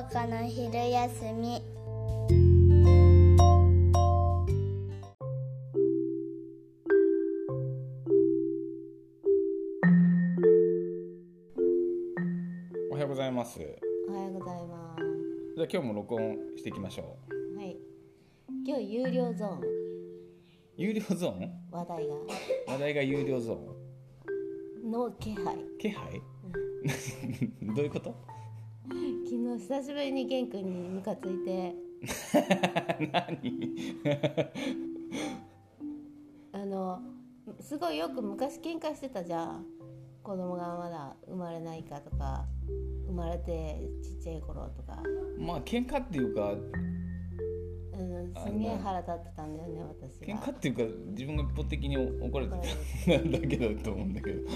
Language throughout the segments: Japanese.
やかな昼休み。 おはようございます。 おはようございます。 じゃあ今日も録音していきましょう。 はい。今日有料ゾーン。 有料ゾーン？ 話題が有料ゾーンの気配。 気配？どういうこと？ 昨日久しぶりに玄君にムカついて何？ すごいよく昔喧嘩してたじゃん。子供がまだ生まれないかとか、生まれてちっちゃい頃とか。 まあ喧嘩っていうか、 すげえ腹立ってたんだよね、私は。 喧嘩っていうか自分が一方的に怒られてたんだけどと思うんだけど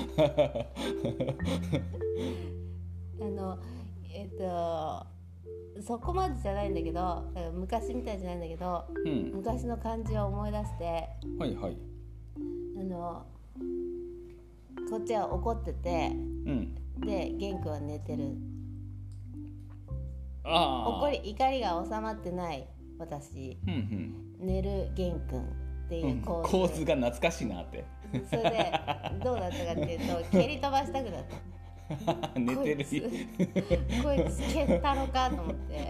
そこまでじゃないんだけど、昔みたいじゃないんだけど、昔の感じを思い出して、 はいはい。 こっちは怒ってて、で玄君は寝てる。怒りが収まってない私、寝る玄君っていう構図が懐かしいなって。 それでどうだったかっていうと、蹴り飛ばしたくなった。 寝てるこいつ蹴ったのかと思って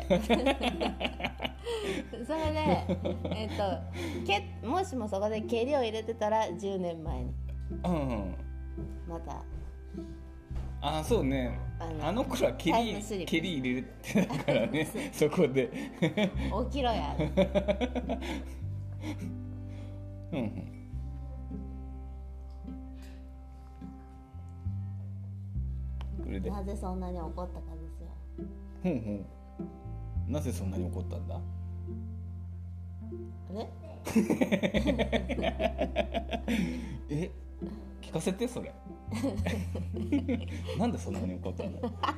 それで、もしもそこで蹴りを入れてたら10年前に、またそうね、あの頃は蹴り入れてたからねそこで起きろやなぜそんなに怒ったかですよ。 なぜそんなに怒ったんだ？ あれ聞かせてそれなんでそんなに怒ったの？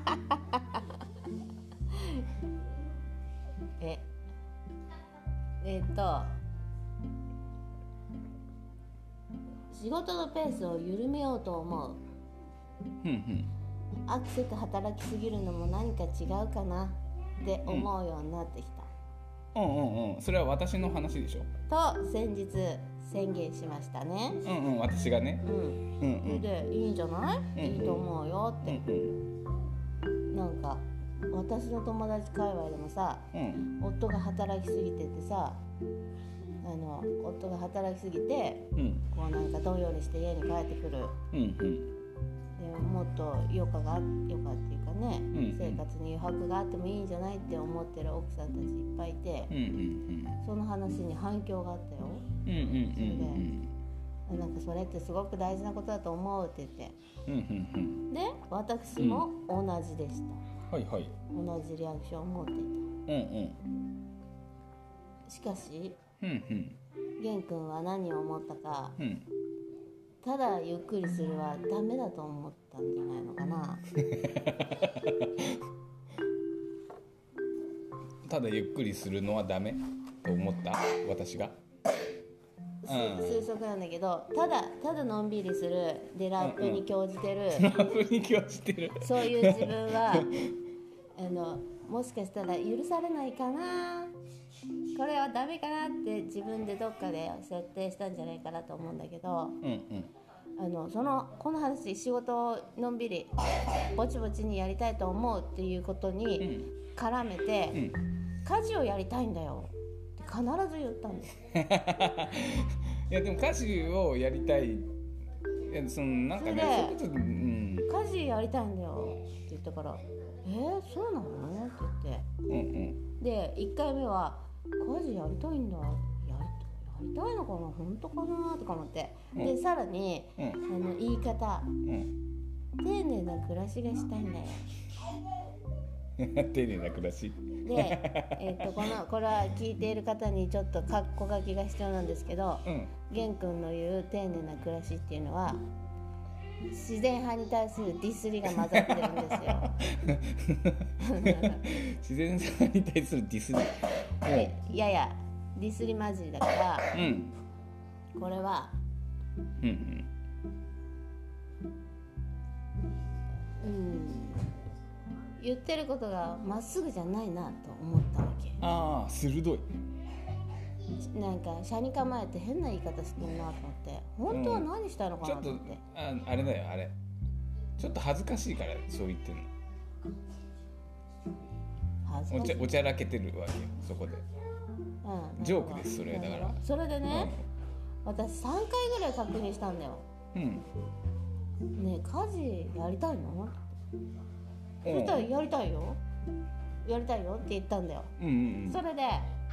仕事のペースを緩めようと思う。アクセク働きすぎるのも何か違うかなって思うようになってきた。 それは私の話でしょ。 と先日宣言しましたね。 私がね。 それでいいんじゃない？いいと思うよって。なんか私の友達界隈でもさ、夫が働きすぎててさ、夫が働きすぎて、こうなんかどんよりして家に帰ってくる。もっと余暇っていうかね、生活に余白があってもいいんじゃないって思ってる奥さんたちいっぱいいて、その話に反響があったよ。それでなんかそれってすごく大事なことだと思うって言って、で私も同じでした。同じリアクションを持っていた。しかし、玄君は何を思ったか、ただゆっくりするはダメだと思ったんじゃないのかなただゆっくりするのはダメと思った私が。 推測なんだけど、ただのんびりするでラップに興じてる、そういう自分はもしかしたら許されないかな、これはダメかなって自分でどっかで設定したんじゃないかなと思うんだけど、この話、仕事をのんびりぼちぼちにやりたいと思うっていうことに絡めて、家事をやりたいんだよって必ず言ったんだよいやでも家事をやりたい、なんかね、 家事やりたいんだよって言ったから、そうなのって言って、で1回目は家事やりたいんだ、やりたいのかな、本当かなとか思って、でさらに、言い方、丁寧な暮らしがしたいんだよ丁寧な暮らしで、これは聞いている方にちょっとカッコ書きが必要なんですけど、玄君の言う丁寧な暮らしっていうのは自然派に対するディスりが混ざってるんですよ自然派に対するディスり、 いやいやディスり混じりだから、これは言ってることがまっすぐじゃないなと思ったわけ。 ああ、鋭い。 なんか車に構えて変な言い方してるなと思って、本当は何したいのかなと思って、 ちょっとあれだよ、あれちょっと恥ずかしいからそう言ってるの。 恥ずかしい。 おちゃらけてるわけよ、そこで。ジョークです、それだから。 それでね、私3回ぐらい確認したんだよ。ねえ、家事やりたいの？そしたらやりたいよって言ったんだよ。それで、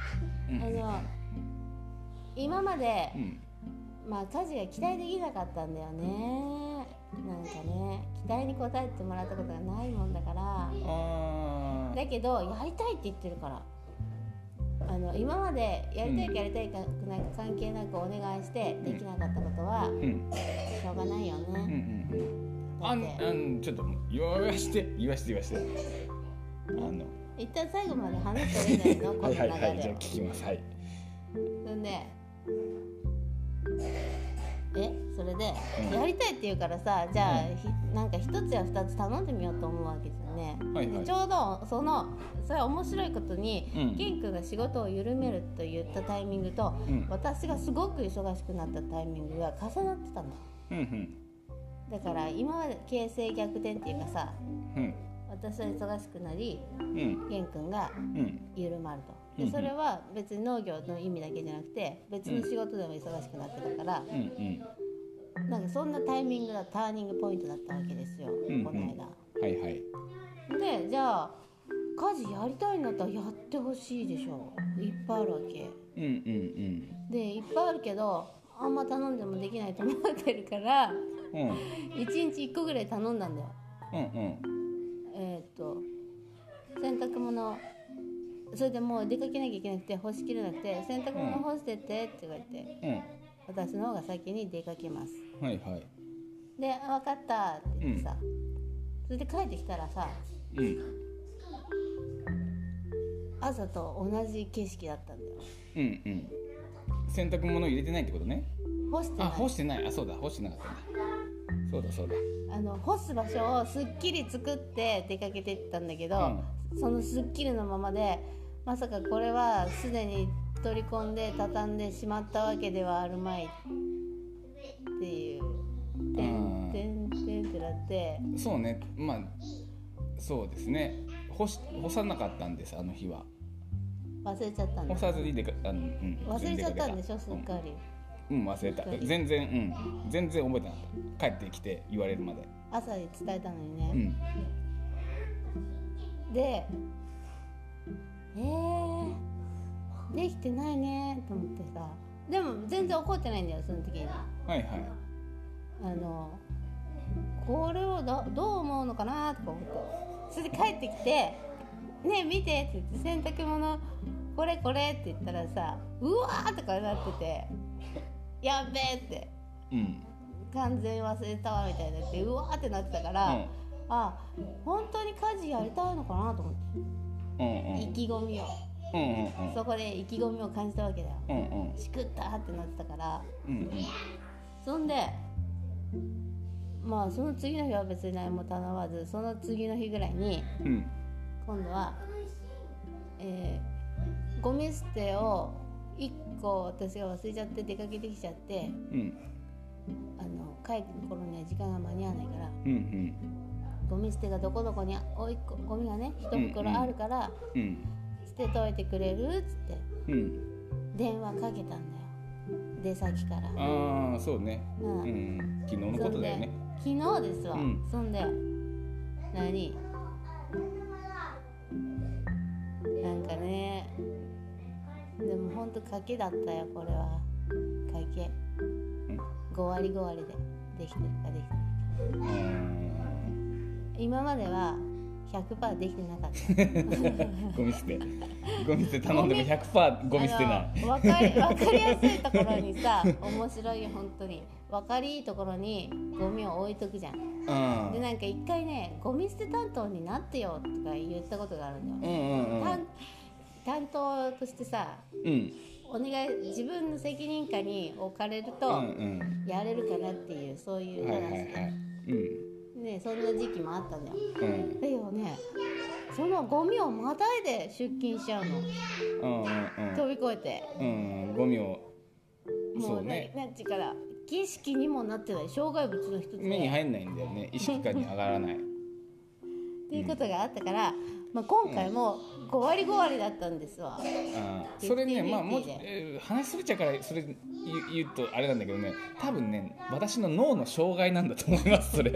今まで、まあ家事が期待できなかったんだよね。なんかね、期待に応えてもらったことがないもんだから。だけどやりたいって言ってるから、今までやりたいかやりたいかなんか関係なくお願いしてできなかったことは、しょうがないよね。 ちょっと言わして一旦最後まで話していいんだよこの流れ。 はい、じゃあ聞きます。はい。 そんでそれで、やりたいって言うからさ、じゃあ、なんか一つや二つ頼んでみようと思うわけですよね。でちょうどそれは面白いことに、ケン君が仕事を緩めると言ったタイミングと、私がすごく忙しくなったタイミングが重なってたんだ。だから今まで形勢逆転っていうかさ、私は忙しくなり、ケン君が緩まると。でそれは別に農業の意味だけじゃなくて、別の仕事でも忙しくなってたから、なんかそんなタイミングターニングポイントだったわけですよ、この間。で、じゃあ家事やりたいんだったらやってほしいでしょ。いっぱいあるわけ。でいっぱいあるけど、あんま頼んでもできないと思ってるから、1日1個ぐらい頼んだんだよ。洗濯物、それでもう出かけなきゃいけなくて干しきれなくて、洗濯物干してってって言われて、私の方が先に出かけます。で、分かったって言ってさ、それで帰ってきたらさ、朝と同じ景色だったんだよ。 洗濯物入れてないってことね。 干してない。 干してない。そうだ、干してなかったんだ。そうだ。 干す場所をすっきり作って出かけてったんだけど、そのすっきりのままで、まさかこれはすでに取り込んで畳んでしまったわけではあるまいっていう、てんってなって。 そうね、まあそうですね。干さなかったんです、あの日は。 忘れちゃったんだ。 干さずに忘れちゃったんでしょ、すっかり。 忘れた。全然覚えてなかった。帰ってきて言われるまで。 朝に伝えたのにね。で、できてないねと思ってさ、でも全然怒ってないんだよ、その時に。これをどう思うのかなとか思って、それで帰ってきて、ねえ見てって言って、洗濯物これって言ったらさ、うわーとかなってて、やべえって、完全忘れたわみたいになって、うわーってなってたから、本当に家事やりたいのかなと思って、意気込みを、そこで意気込みを感じたわけだよ。しくったってなってたから、そんでまあその次の日は別に何も頼まず、その次の日ぐらいに、今度は、ゴミ捨てを1個私が忘れちゃって出かけてきちゃって、帰ってくる頃には時間が間に合わないから、ゴミ捨てがどこどこにゴミがね1袋あるから、捨てといてくれるっつって、電話かけたんだよ、出先から。 そうね、昨日のことだよね。 昨日ですわ。そんでなんかね、でもほんと賭けだったよ、これは。賭け。5割5割でできてるかできてないか。今までは 100% できてなかった。 ゴミ捨て頼んでも 100% ゴミ捨てない。 分かりやすいところにさ、面白いよ本当に。分かりいいところにゴミを置いとくじゃん。でなんか一回ね、ゴミ捨て担当になってよとか言ったことがあるんだよ。担当としてさ、お願い、自分の責任下に置かれるとやれるかなっていう、そういう話で。 ねそんな時期もあったんだよ、 うん、 だけどねそのゴミをまたいで出勤しちゃうの、 うんうんうん、 飛び越えて、 うん、ゴミをもうね、なんていうから儀式にもなってない障害物の一つで目に入んないんだよね、意識下に上がらないっていうことがあったから、まあ、今回も5割5割だったんですわ、 それね、まあもう話しすぎちゃうからそれ言うとあれなんだけどね、多分ね私の脳の障害なんだと思いますそれ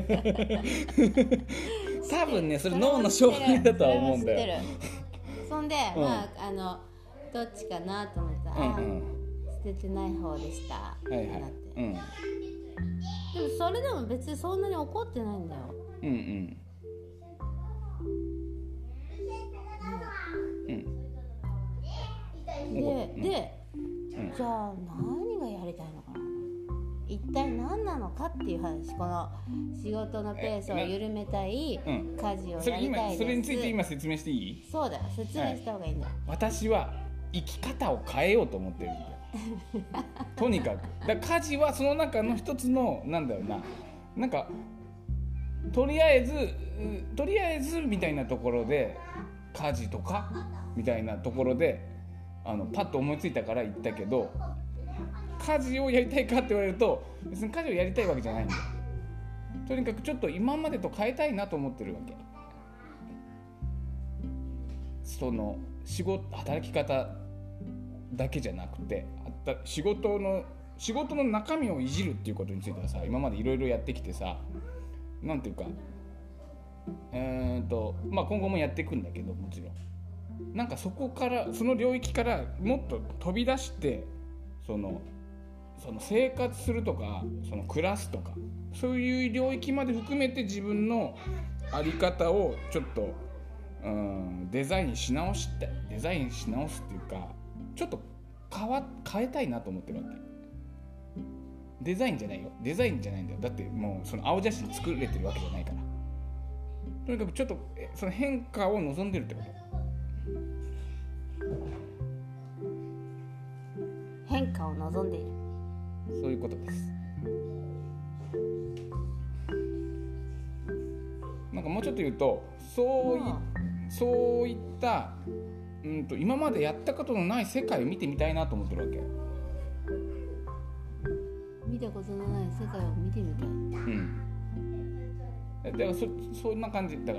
多分ねそれ脳の障害だとは思うんだよ。 そんで、まあどっちかなと思ったら、捨ててない方でした、 はいはい、 なって、でもそれでも別にそんなに怒ってないんだよ。で、じゃあ何がやりたいのかな、一体何なのかっていう話、この仕事のペースを緩めたい、家事をやりたいです。 それについて今説明していい？ そうだよ、説明した方がいいんだよ、 私は生き方を変えようと思ってるんだよとにかくだから家事はその中の一つのなんだろうな、なんかとりあえずみたいなところで家事とかみたいなところでパッと思いついたから言ったけど、家事をやりたいかって言われると別に家事をやりたいわけじゃないんだよ。とにかくちょっと今までと変えたいなと思ってるわけ。その働き方だけじゃなくて仕事の中身をいじるっていうことについてはさ、今までいろいろやってきてさ、なんていうかまあ今後もやっていくんだけど、もちろんなんかその領域からもっと飛び出してその生活するとかその暮らすとかそういう領域まで含めて自分の在り方をちょっとデザインし直すっていうか、ちょっと変えたいなと思ってるわけ。デザインじゃないんだよ。だってもうその青写真作れてるわけじゃないから。とにかくちょっとその変化を望んでるってこと。 変化を望んでいる、 そういうことです。なんかもうちょっと言うとそういった今までやったことのない世界を見てみたいなと思ってるわけ。 見たことのない世界を見てみたい。 だからそんな感じだ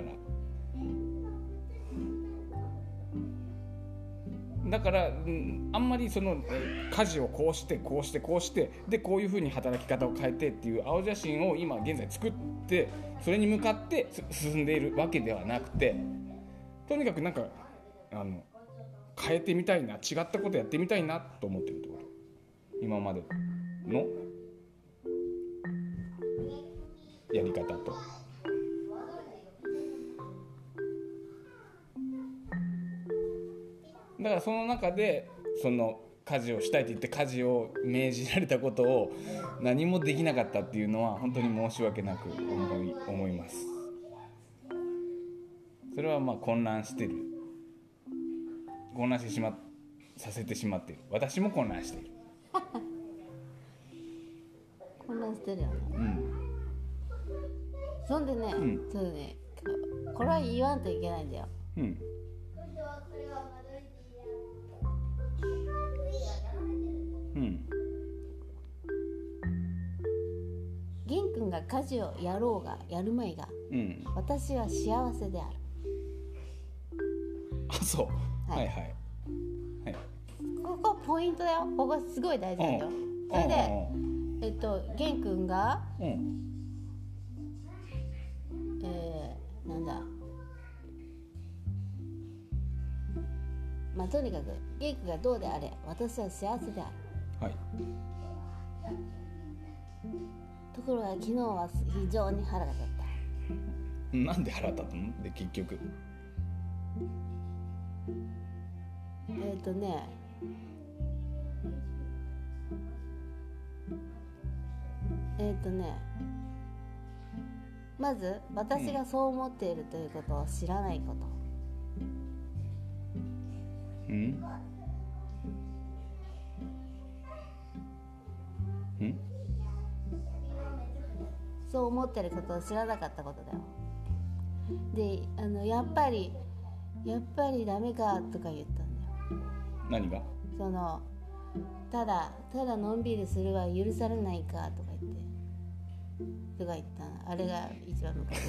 から、あんまりその家事をこうしてでこういう風に働き方を変えてっていう青写真を今現在作ってそれに向かって進んでいるわけではなくて、とにかくなんか変えてみたいな、違ったことやってみたいなと思ってるってこと。今までのやり方と。だからその中でその家事をしたいと言って家事を命じられたことを何もできなかったっていうのは本当に申し訳なく思います。それはまあ混乱させてしまっている。私も混乱している混乱してるよね。そんでね、そうね、これは言わんといけないんだよ。玄君が家事をやろうがやるまいが、私は幸せである。 あ、そう、はいはい、 ここポイントだよ。ここすごい大事だよ。それで玄君が、なんだ、まあとにかく玄君がどうであれ私は幸せである。ところが昨日は非常に腹が立った。 なんで腹立ったの？で結局まず私がそう思っているということを知らないこと。 そう思ってることを知らなかったことだよ。でやっぱりダメかとか言ったんだよ。 何が？ ただのんびりするは許されないかとか言ったの。あれが一番昔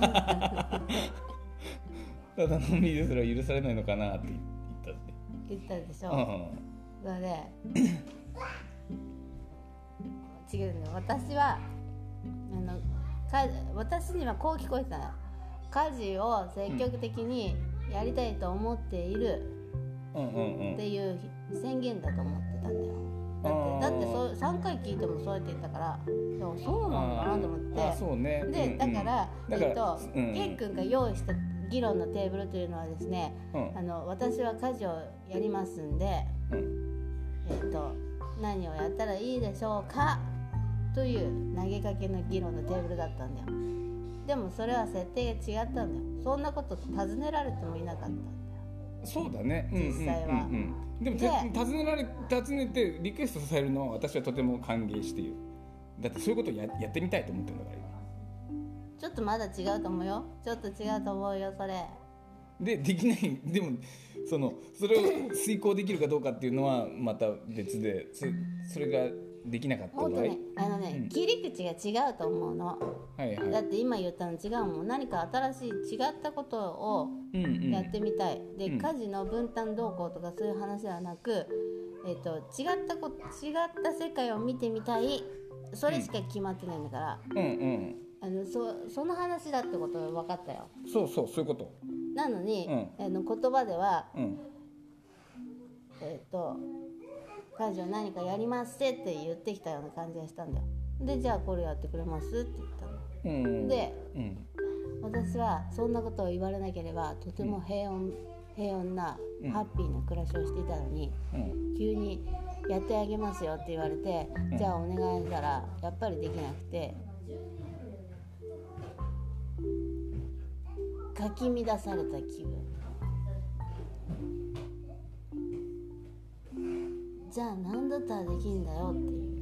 ただのんびりするは許されないのかなって言ったでしょ、それで違うんだよ。私にはこう聞こえてたの。家事を積極的にやりたいと思っているっていう宣言だと思ってたんだよ。だって3回聞いてもそうやって言ったから、そうなのかなと思って。 そうね。 でだからケイ君が用意した議論のテーブルというのはですね、私は家事をやりますんで、何をやったらいいでしょうかという投げかけの議論のテーブルだったんだよ。でもそれは設定が違ったんだよ。そんなこと尋ねられてもいなかったんだよ。 そうだね、 実際は。 でも尋ねてリクエストされるのは私はとても歓迎している。だってそういうことを やってみたいと思ってるんだから。 ちょっとまだ違うと思うよ。それできない。でもそれを遂行できるかどうかっていうのはまた別で、それができなかった場合、 切り口が違うと思うの、だって今言ったの違うもん。何か新しい違ったことをやってみたい、で家事の分担動向とかそういう話ではなく、違った世界を見てみたい、それしか決まってないんだから、その話だってことは分かったよ。 そういうことなのに、言葉では、家事を何かやりますって言ってきたような感じがしたんだよ。でじゃあこれやってくれますって言ったの、で、私はそんなことを言われなければとても平穏な、ハッピーな暮らしをしていたのに、急にやってあげますよって言われて、じゃあお願いしたらやっぱりできなくて、かき乱された気分。じゃあ何だったらできんだよっていう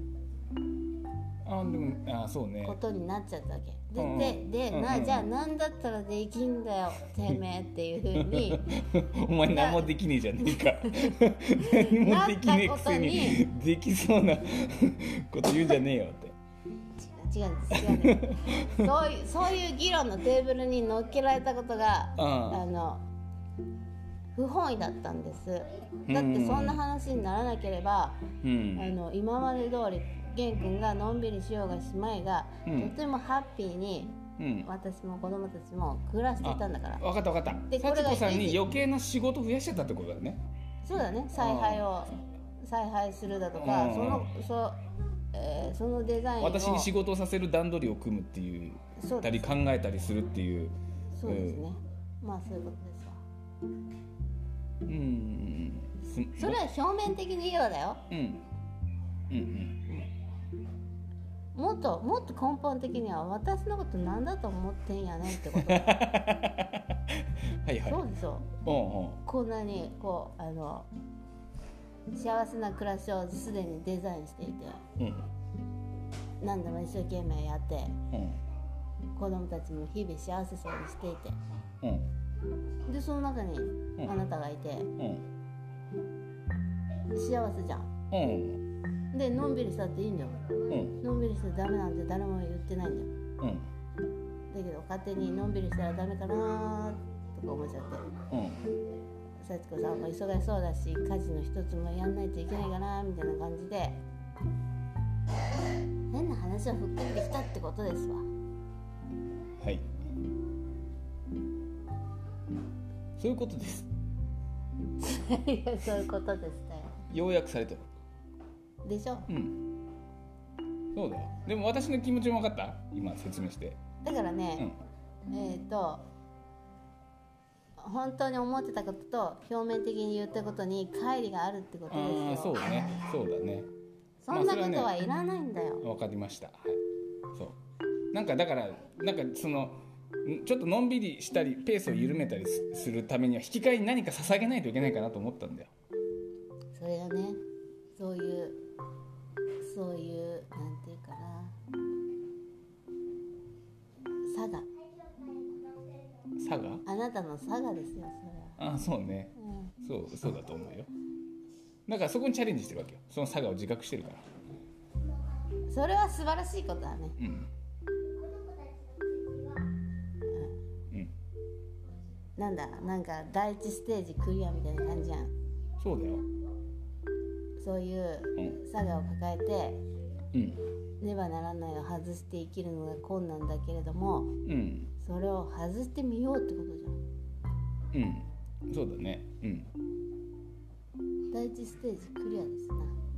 ことになっちゃったわけで、じゃあ何だったらできんだよてめえっていう風にお前何もできねえじゃねえか何もできねえくせにできそうなこと言うんじゃねえよって。 違うんです。そういう議論のテーブルに乗っけられたことが不本意だったんです。だってそんな話にならなければ、今まで通り玄君がのんびりしようがしまいが、とてもハッピーに、私も子供たちも暮らしていたんだから。 分かったで幸子さんに余計な仕事増やしちゃったってことだね。 そうだね。采配するだとか、そのデザインを私に仕事をさせる段取りを組むっていうたり考えたりするっていう。 そうですね、まあそういうことですわ。それは表面的に言えばだよ。もっと根本的には私のこと何だと思ってんやねんってことそうでしょ。こんなに幸せな暮らしをすでにデザインしていて、何でも一生懸命やって、子供たちも日々幸せそうにしていて、でその中にあなたがいて、幸せじゃん、でのんびりしたっていいんだよ、のんびりしてダメなんて誰も言ってないんだよ、だけど勝手にのんびりしたらダメかなとか思っちゃって、幸子さんも忙しそうだし家事の一つもやんないといけないかなみたいな感じで変な話をふっかけてきたってことですわ。 はい、そういうことですいやそういうことですね。 要約されてるでしょ。 そうだよ。でも私の気持ちも分かった？今説明して。 だからね、本当に思ってたことと表面的に言ったことに乖離があるってことですよ。 そうだね。 そんなことはいらないんだよ。 分かりました。はい。そう。だからそのちょっとのんびりしたりペースを緩めたりするためには引き換えに何か捧げないといけないかなと思ったんだよ。 それがね、そういうなんていうかな、 佐賀？ あなたの佐賀ですよそれは。 あ、そうね、そうだと思うよ。だからそこにチャレンジしてるわけよ。その佐賀を自覚してるから。 それは素晴らしいことだね。なんだ、なんか第一ステージクリアみたいな感じじゃん。 そうだよ。 そういう佐賀を抱えて、ねばならないを外して生きるのが困難だけれども、それを外してみようってことじゃん。 そうだね。 第一ステージクリアですな。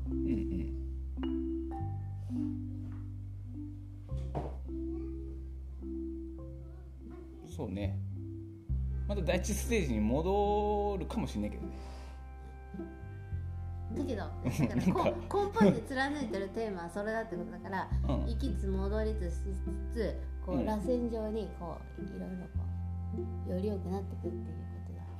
そうね。また第一ステージに戻るかもしれないけどね。 だけど、だから根本で貫いてるテーマはそれだってことだから、行きつ戻りつしつつ、こう螺旋状にこういろいろこうより良くなっていくっていうことだ。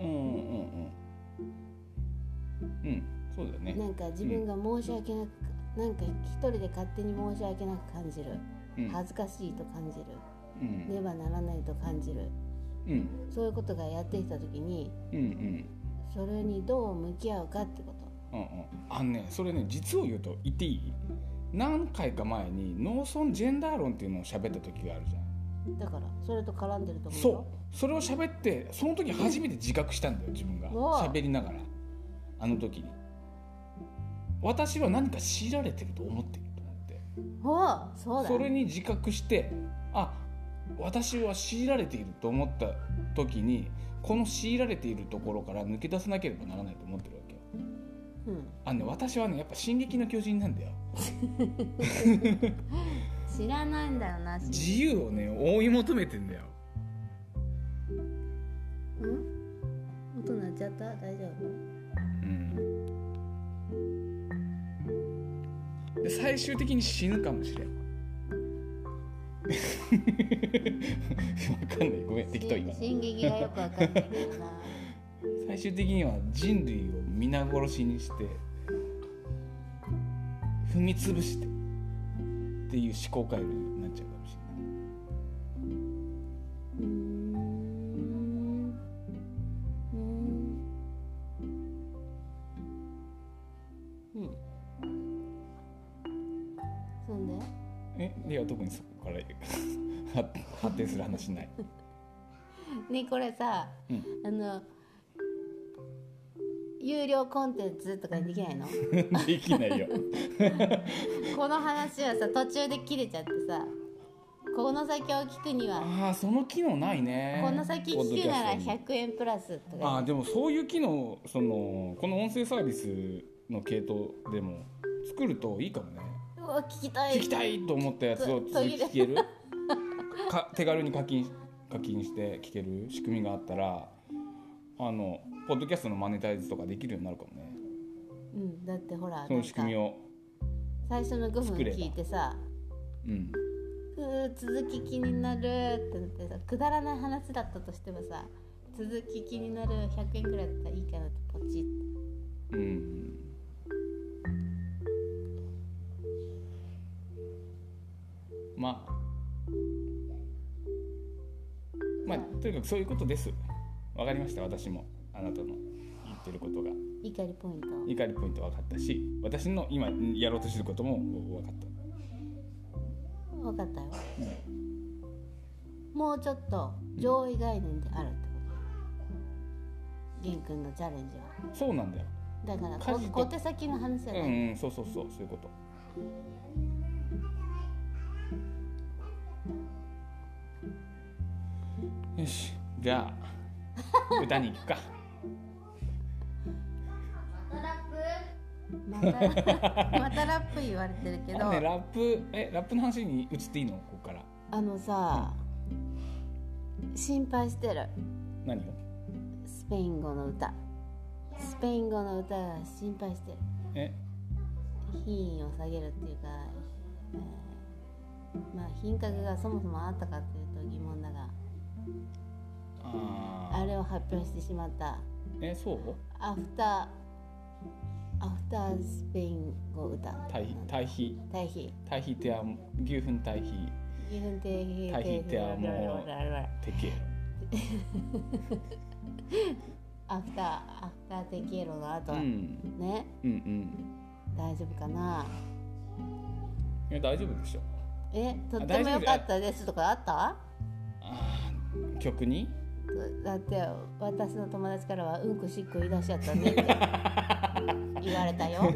そうだよね。 なんか自分が申し訳なく、なんか一人で勝手に申し訳なく感じる、恥ずかしいと感じる、ねばならないと感じる、そういうことがやってきた時に、それにどう向き合うかってこと。 それね、実を言うと言っていい？何回か前に農村ジェンダー論っていうのを喋った時があるじゃん。 だからそれと絡んでると思うよ。 それを喋って、その時初めて自覚したんだよ、自分が喋りながら。あの時に私は何か強いられてると思っていると思って、 そうだ。 それに自覚して、私は強いられていると思った時に、この強いられているところから抜け出さなければならないと思ってるわけよ。私はね、やっぱ進撃の巨人なんだよ。 知らないんだよな。 自由をね、追い求めてんだよ。 音鳴っちゃった？大丈夫？ で最終的に死ぬかもしれん。分かんない、ごめん、適当今。 進撃がよく分かんないけどな。 最終的には人類を皆殺しにして踏み潰してっていう思考回路になっちゃうかもしれない。 そんで？ いや、特にそこから発展する話ない。 ね、これさ、有料コンテンツとかにできないの？ できないよ。 この話はさ、途中で切れちゃってさ、この先を聞くにはその機能ないね。 この先聞くなら100円プラスとか。 でもそういう機能、この音声サービスの系統でも作るといいかもね。 聞きたいと思ったやつを聞ける手軽に課金して聞ける仕組みがあったら、ポッドキャストのマネタイズとかできるようになるかもね。 だってほら、 その仕組みを最初の5分聞いてさ、続き気になるってなってさ、くだらない話だったとしてもさ、続き気になる100円くらいだったらいいかなってポチッて。 まあとにかくそういうことです。わかりました。私もあなたの言ってることが怒りポイント分かったし、私の今やろうとしてることも分かったよ。 もうちょっと上位概念であるってこと。玄君のチャレンジはそうなんだよ。 だから小手先の話じゃない。 そういうこと。よし、じゃあ歌に行くか。 またラップ言われてるけど、 ラップの話に移っていいの？ここからさ、心配してる。 何を？ スペイン語の歌が心配してる。品位を下げるっていうか、品格がそもそもあったかっていうと疑問だが、あれを発表してしまった。 そう？ アフタースペイン語歌。 対比テア牛糞対比テケアフターテキエロの後、ね、大丈夫かな。 いや大丈夫でしょ。 とっても良かったですとかあった？ 曲に？ だって私の友達からはうんこしっこ言い出しちゃったねって言われたよ。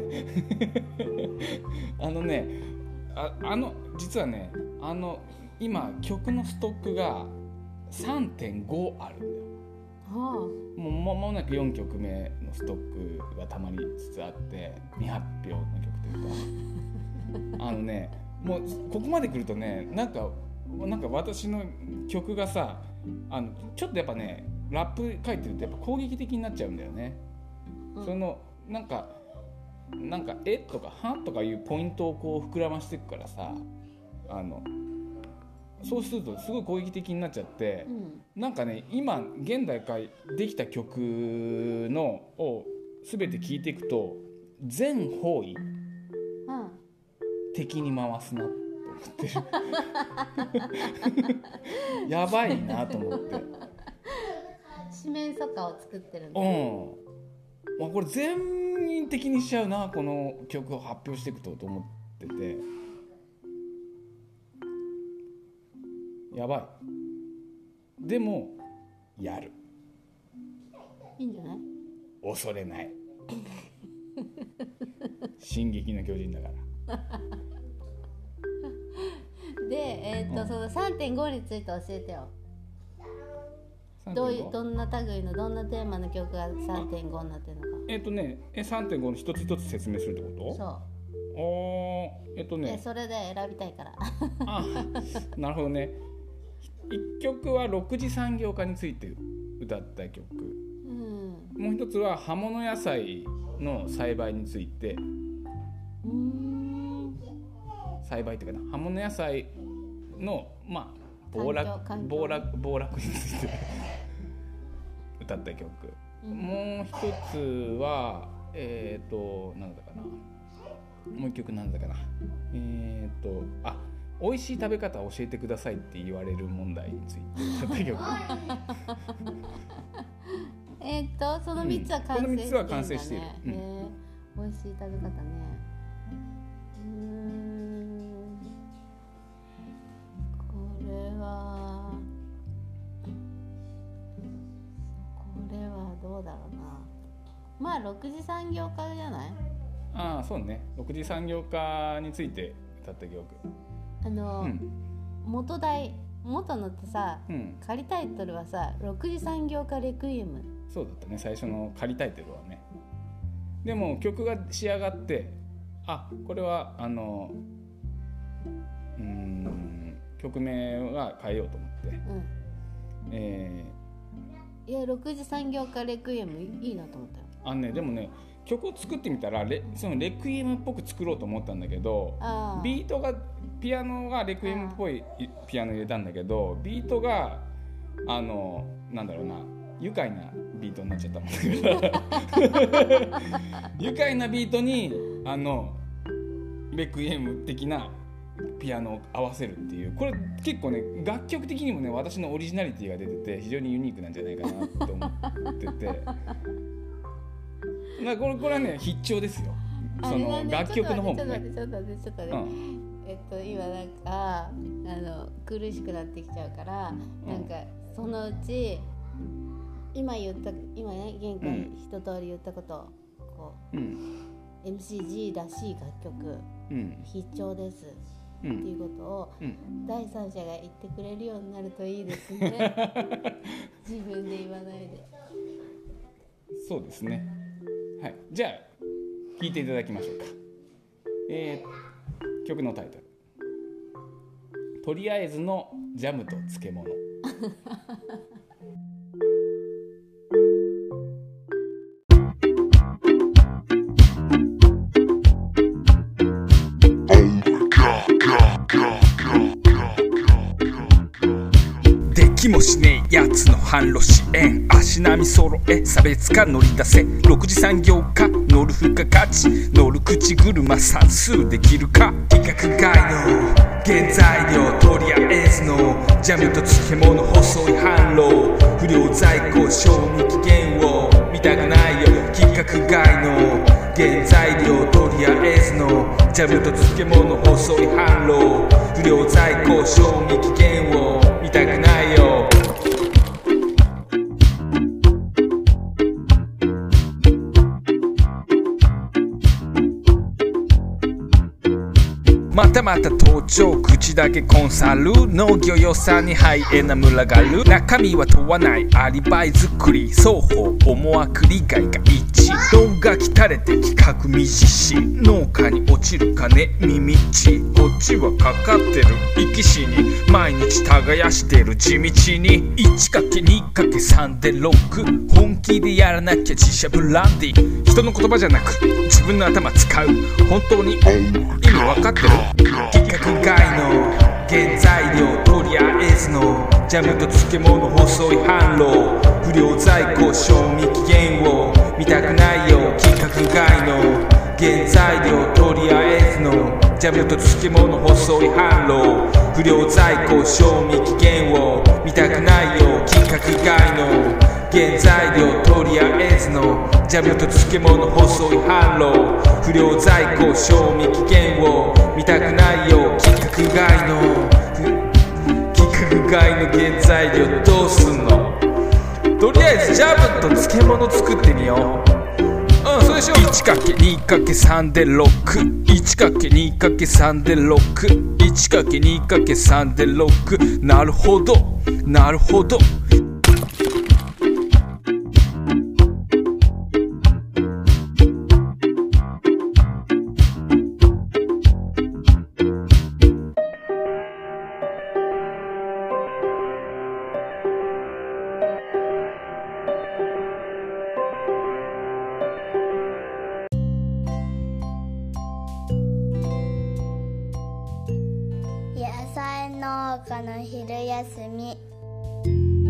実はね今曲のストックが 3.5 あるんだよ。もう間もなく4曲目のストックがたまりつつあって未発表の曲というかもうここまで来るとねなんか私の曲がさちょっとやっぱねラップ書いてるとやっぱ攻撃的になっちゃうんだよね、そのなんかとかはとかいうポイントをこう膨らましていくからさそうするとすごい攻撃的になっちゃって、なんかね今現代からできた曲のを全て聴いていくと全方位、敵に回すなと思ってるやばいなと思って四面楚歌を作ってるんだ。 これ全員的にしちゃうなこの曲を発表していくと思ってて、やばい。でもやる。 いいんじゃない？ 恐れない進撃の巨人だからで、その 3.5 について教えてよ。どんな類のどんなテーマの曲が 3.5 になってるのか。 3.5 の一つ一つ説明するってこと？ そう。 それで選びたいからなるほどね。1曲は6次産業化について歌った曲、もう一つは葉物野菜の栽培について、栽培っていうかな、葉物野菜の暴落について歌った曲、もう一つはなんだかな、もう一曲なんだかな、美味しい食べ方を教えてくださいって言われる問題について歌った曲その3つは完成してるんだね。 この3つは完成している、 美味しい食べ方ね。これはどうだろうな。6次産業化じゃない？ そうね、6次産業化について歌った曲。元のってさ、仮タイトルはさ6次産業化レクイエム。 そうだったね、最初の仮タイトルはね。でも曲が仕上がってこれは曲名は変えようと思って、 いや6次産業化レクイエムいいなと思ったよ。 でもね曲を作ってみたらそのレクイエムっぽく作ろうと思ったんだけど、ビートがピアノがレクイエムっぽいピアノ入れたんだけど、ビートがなんだろうな、愉快なビートになっちゃったもんだけど愉快なビートにレクイエム的なピアノを合わせるっていう、これ結構ね楽曲的にもね私のオリジナリティが出てて非常にユニークなんじゃないかなって思っててこれはね必聴ですよ。その楽曲の方もね。 ちょっと待って、今なんか苦しくなってきちゃうから、なんかそのうち今ね玄関一通り言ったことをこう、MCG らしい楽曲、必聴です、っていうことを、第三者が言ってくれるようになるといいですね自分で言わないで。 そうですね。はい、じゃあ聴いていただきましょうか。曲のタイトル、とりあえずのジャムと漬物できもしねえやつの販路支援、足並み揃え差別化乗り出せ、6次産業化乗る付加価値乗る口車算数できるか、企規格外の原材料とりあえずのジャムと漬物細い販路不良在庫賞味期限を見たくないよ規格外の原材料とりあえずのジャムと漬物細い販路不良在庫賞味期限を見たくないよまたまた登場口だけコンサル農業予算にハイエナ群がる中身は問わないアリバイ作り双方思惑利害が一致脳が鍛れて企画未実施農家に落ちる金耳ちこっちはかかってる生き死に毎日耕してる地道に 1×2×3 で6本気でやらなきゃ自社ブランディ人の言葉じゃなく自分の頭使う本当に意味分かってる規格外の原材料とりあえずのジャムと漬物細い販路不良在庫賞味期限を見たくないよ規格外の原材料とりあえずのジャムと漬物細い販路不良在庫賞味期限を見たくないよ規格外の原材料とりあえずのジャムと漬物細い販路不良在庫賞味期限を見たくないよ規格外の原材料どうすんのとりあえずジャムと漬物作ってみようそうでしょ 1×2×3 で 6 1×2×3 で 6 1×2×3 で6なるほどなるほど野菜農家の昼休み。